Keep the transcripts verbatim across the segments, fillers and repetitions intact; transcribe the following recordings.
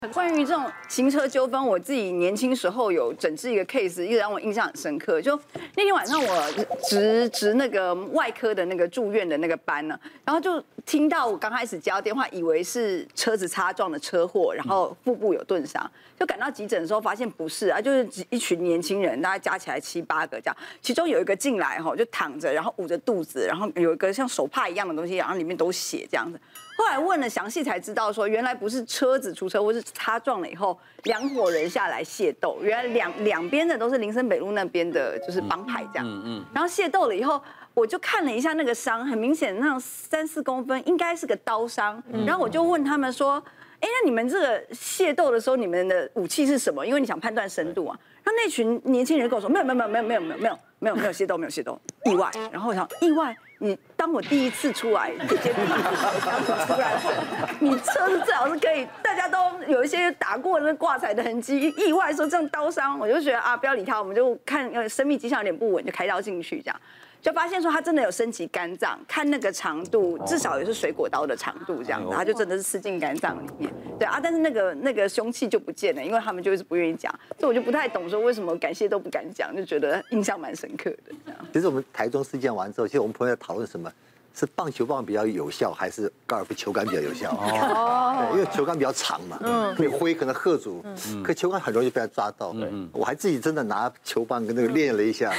关于这种行车纠纷，我自己年轻时候有整治一个 case， 一直让我印象很深刻。就那天晚上我值值那个外科的那个住院的那个班呢，然后就听到我刚开始接到电话，以为是车子擦撞的车祸，然后腹部有钝伤，就赶到急诊的时候发现不是啊，就是一群年轻人，大概加起来七八个这样，其中有一个进来哈就躺着，然后捂着肚子，然后有一个像手帕一样的东西，然后里面都血这样子。后来问了详细才知道，说原来不是车子出车祸，是擦撞了以后，两伙人下来械斗。原来两两边的都是林森北路那边的，就是帮派这样。嗯嗯。然后械斗了以后，我就看了一下那个伤，很明显那种三四公分，应该是个刀伤。然后我就问他们说：“哎，那你们这个械斗的时候，你们的武器是什么？因为你想判断深度啊。”然后那群年轻人跟我说：“没有没有没有没有没有没有没有没有没有械斗没有械斗，意外。”然后我想意外。你当我第一次出来，姐姐第一次出来，你车子最好是可以，大家都有一些打过那挂彩的痕迹，意外说这样刀伤，我就觉得啊，不要理他，我们就看呃生命迹象有点不稳，就开刀进去这样。就发现说他真的有升级肝脏，看那个长度，至少也是水果刀的长度这样子，他就真的是吃进肝脏里面。对啊，但是那个那个凶器就不见了，因为他们就是不愿意讲，所以我就不太懂说为什么感谢都不敢讲，就觉得印象蛮深刻的。 其实我们台中事件完之后，其实我们朋友在讨论什么？是棒球棒比较有效，还是高尔夫球杆比较有效？哦，对，因为球杆比较长嘛，嗯，可以挥，可能吓阻，嗯，可球杆很容易被他抓到。嗯，我还自己真的拿球棒跟那个练了一下，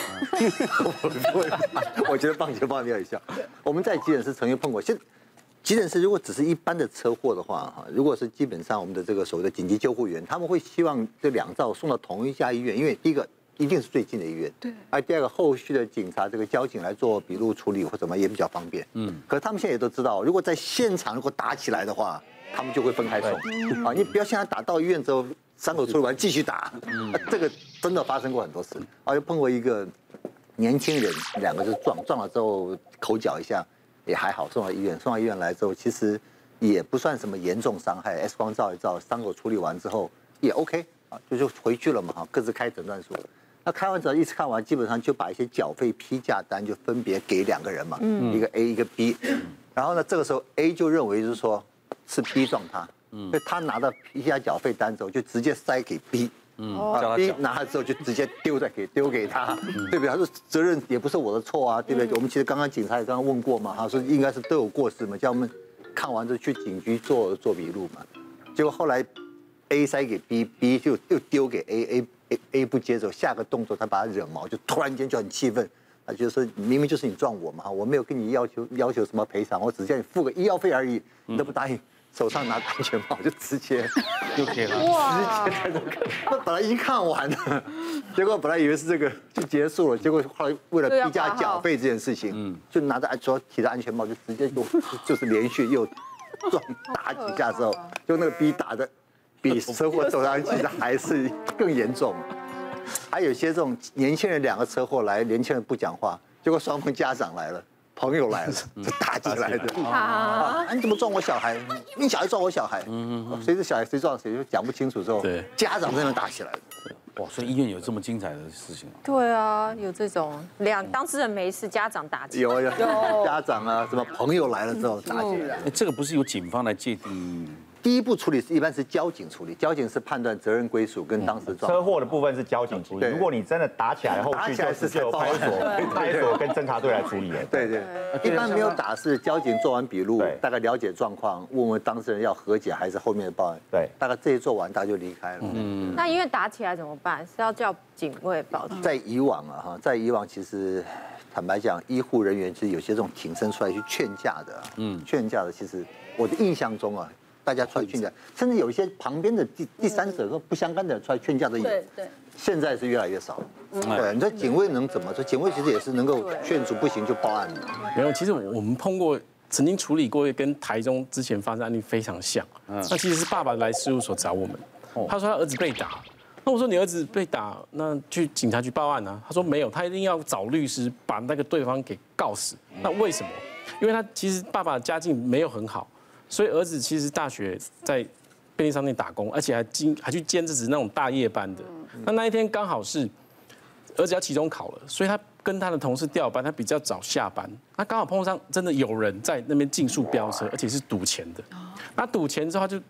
我觉得棒球棒比较有效。我们在急诊室曾经碰过，现急诊室如果只是一般的车祸的话，哈，如果是基本上我们的这个所谓的紧急救护员，他们会希望这两兆送到同一家医院，因为第一个。一定是最近的医院，对。而第二个，后续的警察这个交警来做笔录处理或什么也比较方便，嗯。可是他们现在也都知道，如果在现场如果打起来的话，他们就会分开送，啊，你不要现在打到医院之后，伤口处理完继续打，嗯，这个真的发生过很多次，啊，又碰过一个年轻人，两个就撞撞了之后口角一下，也还好，送到医院，送到医院来之后，其实也不算什么严重伤害 ，X 光照一照，伤口处理完之后也 OK，啊，就就回去了嘛，哈，各自开诊断书。那开完之后，一次看完，基本上就把一些缴费批价单就分别给两个人嘛，嗯，一个 A 一个 B， 然后呢，这个时候 A 就认为就是说是 B 撞他，嗯，所以他拿到批价缴费单之后，就直接塞给 B， 嗯，啊 B 拿了之后就直接丢在给丢给他，对不对？他说责任也不是我的错啊，对不对？我们其实刚刚警察也刚刚问过嘛，他说应该是都有过失嘛，叫我们看完之后去警局做做笔录嘛，结果后来 A 塞给 B，B 就又丢给 A，A。A, A 不接走，下个动作他把他惹毛，就突然间就很气愤，他就说明明就是你撞我嘛，我没有跟你要求要求什么赔偿，我只叫你付个医药费而已，你都不答应，手上拿安全帽就直接就可以了，哇，直接在这个，他本来已经看完了，结果本来以为是这个就结束了，结果后来为了批价缴费这件事情，嗯，就拿着主要提着安全帽就直接就就是连续又撞打几下之后，就那个 B 打的。比车祸受伤其实还是更严重，还有一些这种年轻人两个车祸来，年轻人不讲话，结果双方家长来了，朋友来了，就打起来的。啊，你怎么撞我小孩？你小孩撞我小孩，谁是小孩谁撞谁就讲不清楚之后，家长在那打起来了。 哇，所以医院有这么精彩的事情啊？ 对啊，有这种两当事人没事，家长打起来。 有有有，家长啊，什么朋友来了之后打起来。 哎，这个不是由警方来界定？ 第一步处理是一般是交警处理，交警是判断责任归属跟当时状况。 车祸的部分是交警处理，如果你真的打起来，后续就是由派出所、派出所跟侦查队来处理。 对对，一般没有打是交警做完笔录，大概了解状况，问问当事人要和解还是后面的报案。 对， 大概这一做完，大家就离开了。 嗯，那因为打起来怎么办？是要叫警卫保全？ 在以往啊哈，在以往其实坦白讲，医护人员其实有些这种挺身出来去劝架的，嗯，劝架的，其实我的印象中啊。大家出来劝架，甚至有一些旁边的第第三者和不相干的出来劝架的有，对对，现在是越来越少了。对，你说警卫能怎么说？警卫其实也是能够劝阻，不行就报案的。 没有，其实我们碰过，曾经处理过一个跟台中之前发生案例非常像。那其实是爸爸来事务所找我们，他说他儿子被打，那我说你儿子被打，那去警察局报案啊？他说没有，他一定要找律师把那个对方给告死。那为什么？因为他其实爸爸家境没有很好。所以儿子其实大学在便利商店打工，而且还经还去兼职那种大夜班的。那那一天刚好是儿子要期中考了，所以他跟他的同事调班，他比较早下班。那刚好碰上真的有人在那边竞速飙车，而且是赌钱的。那赌钱之后他就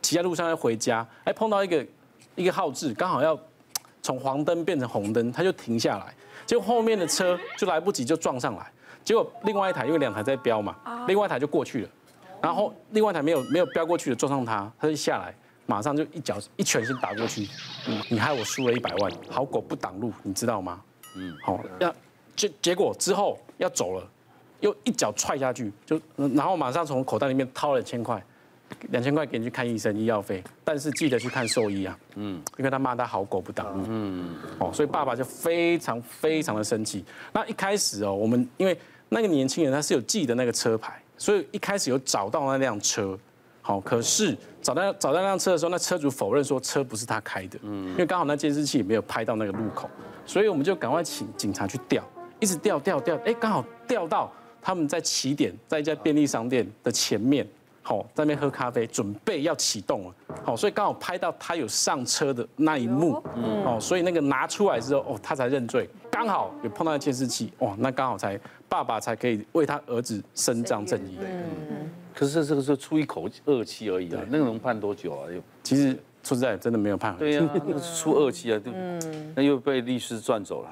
骑在路上要回家，哎，碰到一个一个号志，刚好要从黄灯变成红灯，他就停下来，结果后面的车就来不及就撞上来，结果另外一台因为两台在飙嘛，另外一台就过去了，然后另外一台没有没有飙过去的撞上他，他就下来。马上就一脚一拳先打过去，嗯，你害我输了一百万，好狗不挡路，你知道吗？嗯，好，要结结果之后要走了，又一脚踹下去，就然后马上从口袋里面掏了两千块，两千块给你去看医生医药费，但是记得去看兽医啊，嗯，因为他骂他好狗不挡路，嗯，哦，所以爸爸就非常非常的生气。那一开始哦，我们因为那个年轻人他是有记得那个车牌，所以一开始有找到那辆车。好，可是找到找到那辆车的时候，那车主否认说车不是他开的，嗯，因为刚好那监视器也没有拍到那个路口，所以我们就赶快请警察去调，一直调调调，哎，刚好调到他们在起点，在一家便利商店的前面，好，在那边喝咖啡，准备要启动了，好，所以刚好拍到他有上车的那一幕，嗯，哦，所以那个拿出来之后，哦，他才认罪，刚好有碰到监视器，哇，那刚好才爸爸才可以为他儿子伸张正义，嗯。 可是这个是出一口恶气而已啊，那个能判多久啊？ 其实说实在，真的没有判。 对呀，那是出恶气啊，那又被律师赚走了。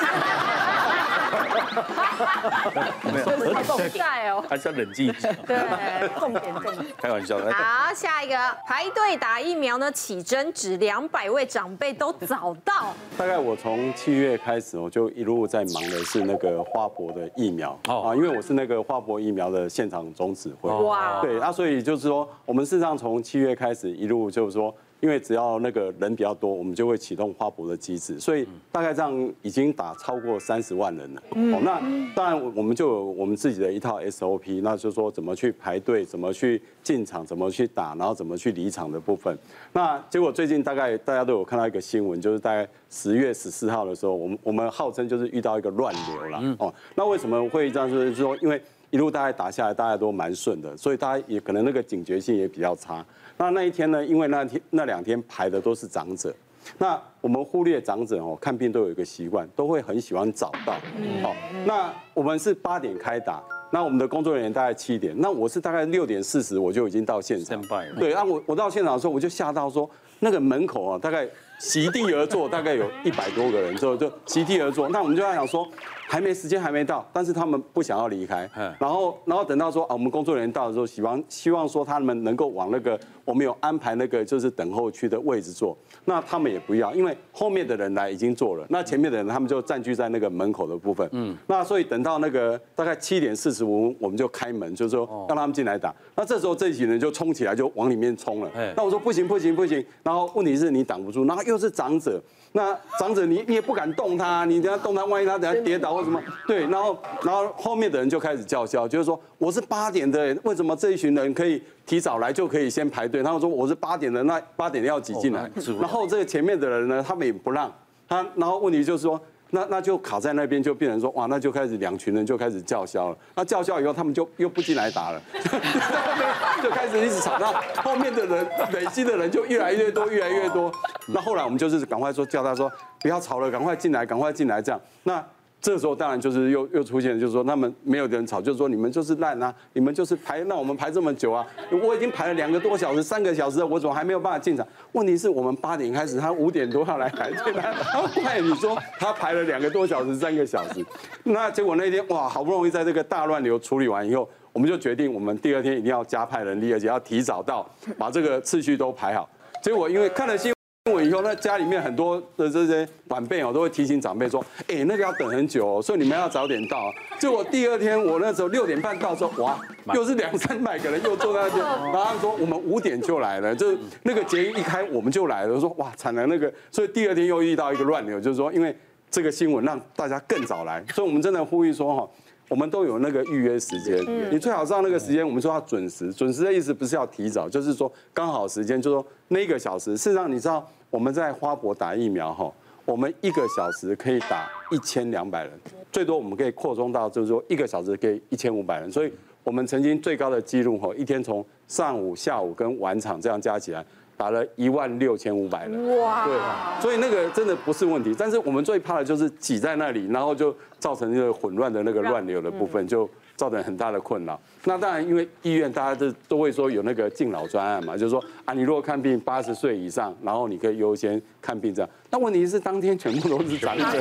没有，很在哦， 还是要冷静一下。 对，重点重点。 开玩笑的。 好，下一个排队打疫苗呢，起针指两百位长辈都早到。 大概我从七月开始，我就一路在忙的是那个花博的疫苗啊，因为我是那个花博疫苗的现场总指挥。哇。对，啊，所以就是说，我们事实上从七月开始一路就是说。因为只要那个人比较多，我们就会启动花博的机制，所以大概这样已经打超过三十万人了。哦，那当然我们就有我们自己的一套 S O P， 那就是说怎么去排队，怎么去进场，怎么去打，然后怎么去离场的部分。那结果最近大概大家都有看到一个新闻，就是大概十月十四号的时候，我们我们号称就是遇到一个乱流了。哦，那为什么会这样？就是说因为一路大概打下来，大家都蛮顺的，所以大家也可能那个警觉性也比较差。那那一天呢，因为那天那两天排的都是长者，那我们忽略长者哦，看病都有一个习惯，都会很喜欢早到。哦，那我们是八点开打，那我们的工作人员大概七点，那我是大概六点四十我就已经到现场。对，那我我到现场的时候，我就吓到说，那个门口啊，大概席地而坐，大概有一百多个人，之后就席地而坐。那我们就在想说。还没时间还没到，但是他们不想要离开，然后然后等到说啊，我们工作人员到的时候，希望希望说他们能够往那个我们有安排那个就是等候区的位置坐，那他们也不要，因为后面的人来已经坐了，那前面的人他们就占据在那个门口的部分，嗯，那所以等到那个大概七点四十五我们就开门，就是说让他们进来打，那这时候这一群人就冲起来就往里面冲了，那我说不行不行不行，然后问题是你挡不住，然后又是长者。那长者你你也不敢动他，你等下动他，万一他等下跌倒或什么，对，然后然后后面的人就开始叫嚣，就是说我是八点的，为什么这一群人可以提早来就可以先排队？他们说我是八点的，那八点要挤进来，然后这个前面的人呢，他们也不让他，然后问题就是说。那那就卡在那边，就变成说哇，那就开始两群人就开始叫嚣了。那叫嚣以后，他们就又不进来打了，就开始一直吵到后面的人累积的人就越来越多，越来越多。那后来我们就是赶快说叫他说不要吵了，赶快进来，赶快进来这样。那这时候当然就是又又出现，就是说他们没有人吵，就是说你们就是烂啊，你们就是排，那我们排这么久啊，我已经排了两个多小时、三个小时了，我怎么还没有办法进场？问题是我们八点开始，他五点多要来排队，他怪你说他排了两个多小时、三个小时，那结果那天哇，好不容易在这个大乱流处理完以后，我们就决定我们第二天一定要加派人力，而且要提早到，把这个次序都排好。结果因为看了新闻。新闻以后，那家里面很多的这些晚辈哦，都会提醒长辈说，哎，那个要等很久哦，所以你们要早点到。结果第二天我那时候六点半到的时候，哇，又是两三百个人又坐在那边，然后他们说我们五点就来了，就是那个捷运一开我们就来了，我说哇，惨了那个，所以第二天又遇到一个乱流，就是说因为这个新闻让大家更早来，所以我们真的呼吁说哈。我们都有那个预约时间，你最好知道那个时间。我们说要准时，准时的意思不是要提早，就是说刚好时间，就是说那一个小时。事实上，你知道我们在花博打疫苗哈，我们一个小时可以打一千两百人，最多我们可以扩充到就是说一个小时可以一千五百人。所以我们曾经最高的记录哈，一天从上午、下午跟晚场这样加起来。打了一万六千五百人，哇！对，所以那个真的不是问题，但是我们最怕的就是挤在那里，然后就造成这个混乱的那个乱流的部分，就造成很大的困扰。那当然，因为医院大家都都会说有那个敬老专案嘛，就是说啊，你如果看病八十岁以上，然后你可以优先看病这样。那问题是当天全部都是长者。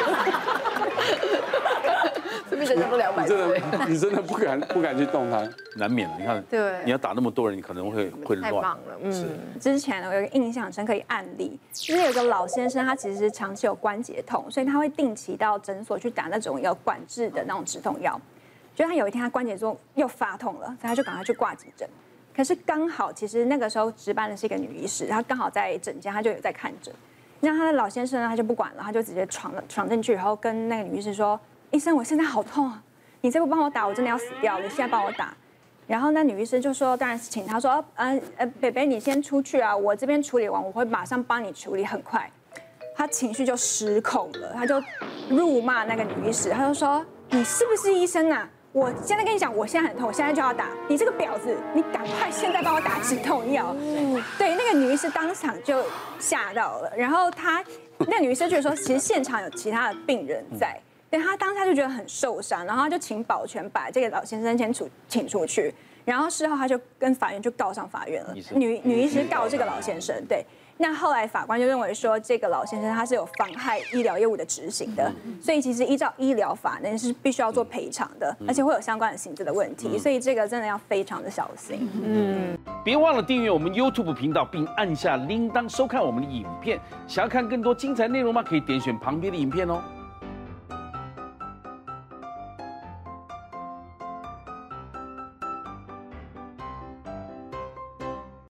这边人家都两百岁， 你真的你真的不敢不敢去动它， 难免的。你看， 对， 你要打那么多人，你可能会会乱。 太棒了，嗯。 之前我有一个印象很深刻的案例，就是有一个老先生，他其实长期有关节痛，所以他会定期到诊所去打那种有管制的那种止痛药。就他有一天他关节中又发痛了，所以他就赶快去挂急诊。可是刚好其实那个时候值班的是一个女医师，她刚好在诊间，她就有在看诊。那他的老先生呢，他就不管了，他就直接闯了闯进去，然后跟那个女医师说：“医生，我现在好痛啊！你再不帮我打，我真的要死掉了！你现在帮我打。”然后那女医师就说：“当然是请他说，呃呃，北北你先出去啊，我这边处理完，我会马上帮你处理，很快。”他情绪就失控了，他就辱骂那个女医师，他就说：“你是不是医生啊？我现在跟你讲，我现在很痛，我现在就要打。你这个婊子，你赶快现在帮我打止痛药。”对，那个女医师当场就吓到了，然后她那女医师觉得说，其实现场有其他的病人在。对，他当下就觉得很受伤，然后他就请保全把这个老先生先出请出去，然后事后他就跟法院就告上法院了。女女医师告这个老先生，对。那后来法官就认为说，这个老先生他是有妨害医疗业务的执行的，所以其实依照医疗法呢是必须要做赔偿的，而且会有相关的刑责的问题，所以这个真的要非常的小心。嗯， 别忘了订阅我们 YouTube 频道，并按下铃铛收看我们的影片。想要看更多精彩内容吗？可以点选旁边的影片哦。